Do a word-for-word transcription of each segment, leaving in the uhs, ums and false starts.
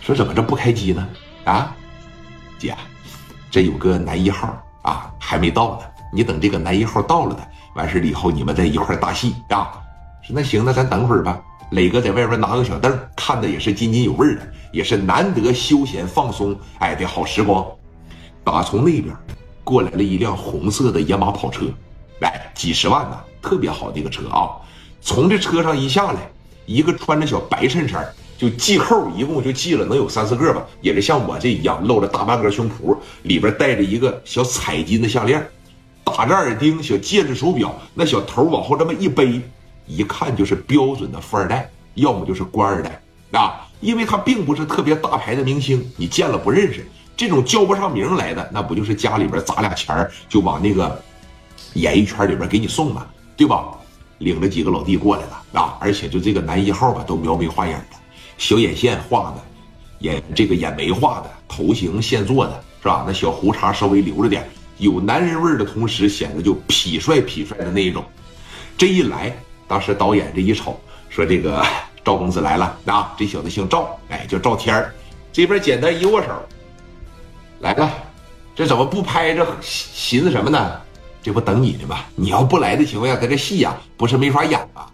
说怎么这不开机呢？啊，姐，这有个男一号啊，还没到呢。你等这个男一号到了的，完事了以后你们再一块搭戏啊。说那行，那咱等会儿吧。磊哥在外边拿个小凳，看的也是津津有味的，也是难得休闲放松哎的好时光。打从那边过来了一辆红色的野马跑车，哎，几十万呢，特别好的一个车啊。从这车上一下来，一个穿着小白衬衫，就系扣，一共就系了能有三四个吧，也是像我这一样露着大半个胸脯，里边带着一个小彩金的项链，打着耳钉，小戒指手表，那小头往后这么一背，一看就是标准的富二代，要么就是官二代啊。因为他并不是特别大牌的明星，你见了不认识，这种叫不上名来的，那不就是家里边砸俩钱就往那个演艺圈里边给你送嘛，对吧？领着几个老弟过来了啊，而且就这个男一号吧，都描眉画眼的，小眼线画的，眼这个眼眉画的，头型现做的，是吧？那小胡茬稍微留着点，有男人味的同时显得就痞帅痞帅的那一种。这一来，当时导演这一瞅，说这个赵公子来了啊，这小子姓赵，哎，叫赵天儿。这边简单一握手，来了，这怎么不拍？这寻思什么呢？这不等你呢吗？你要不来的情况下，咱这戏呀、啊，不是没法演吗？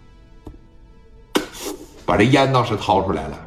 把这烟倒是掏出来了，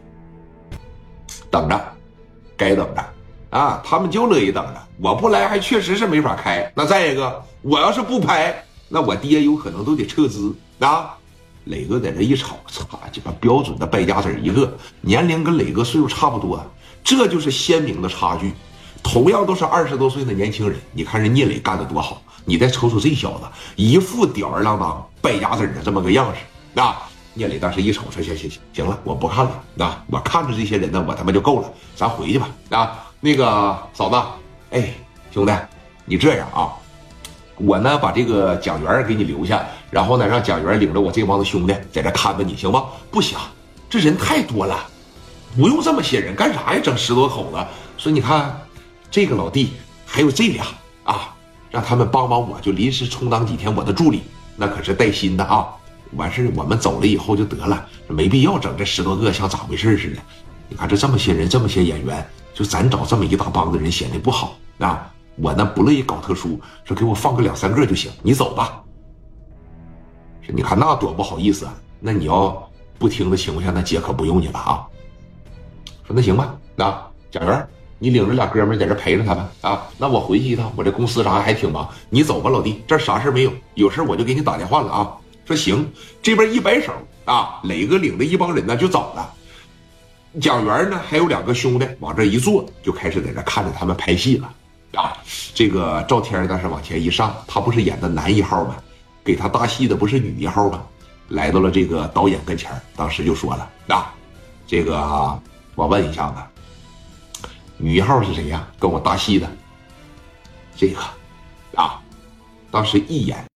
等着，该等着啊！他们就乐意等着，我不来还确实是没法开。那再一个，我要是不拍，那我爹有可能都得撤资啊！磊哥在这一瞅，操鸡巴标准的败家子一个，年龄跟磊哥岁数差不多，这就是鲜明的差距。同样都是二十多岁的年轻人，你看人聂磊干得多好，你再瞅瞅这小子，一副吊儿郎当、败家子的这么个样式啊！聂磊当时一瞅，说行行行，行了，我不看了啊！我看着这些人呢，我他妈就够了，咱回去吧啊！那个嫂子，哎，兄弟，你这样啊，我呢把这个蒋元给你留下，然后呢让蒋元领着我这帮子兄弟在这看着你，行吗？不行，这人太多了，不用这么些人，干啥呀？整十多口子，说你看。这个老弟还有这俩啊，让他们帮帮我，就临时充当几天我的助理，那可是带薪的啊。完事我们走了以后就得了，没必要整这十多个像咋回事似的。你看这这么些人，这么些演员，就咱找这么一大帮子人显得不好啊。我呢不乐意搞特殊，说给我放个两三个就行，你走吧。说你看那多不好意思啊，那你要不听的情况下，那姐可不用你了啊。说那行吧，啊，蒋元。你领着俩哥们在这陪着他们啊，那我回去一趟，我这公司啥还挺忙，你走吧，老弟，这啥事没有，有事我就给你打电话了啊。说行，这边一摆手啊，磊哥领着一帮人呢就走了。蒋元呢还有两个兄弟往这一坐，就开始在这看着他们拍戏了啊。这个赵天当时往前一上，他不是演的男一号吗？给他搭戏的不是女一号吗？来到了这个导演跟前，当时就说了啊，这个我问一下子。女一号是谁呀？跟我搭戏的，这个啊，当时一眼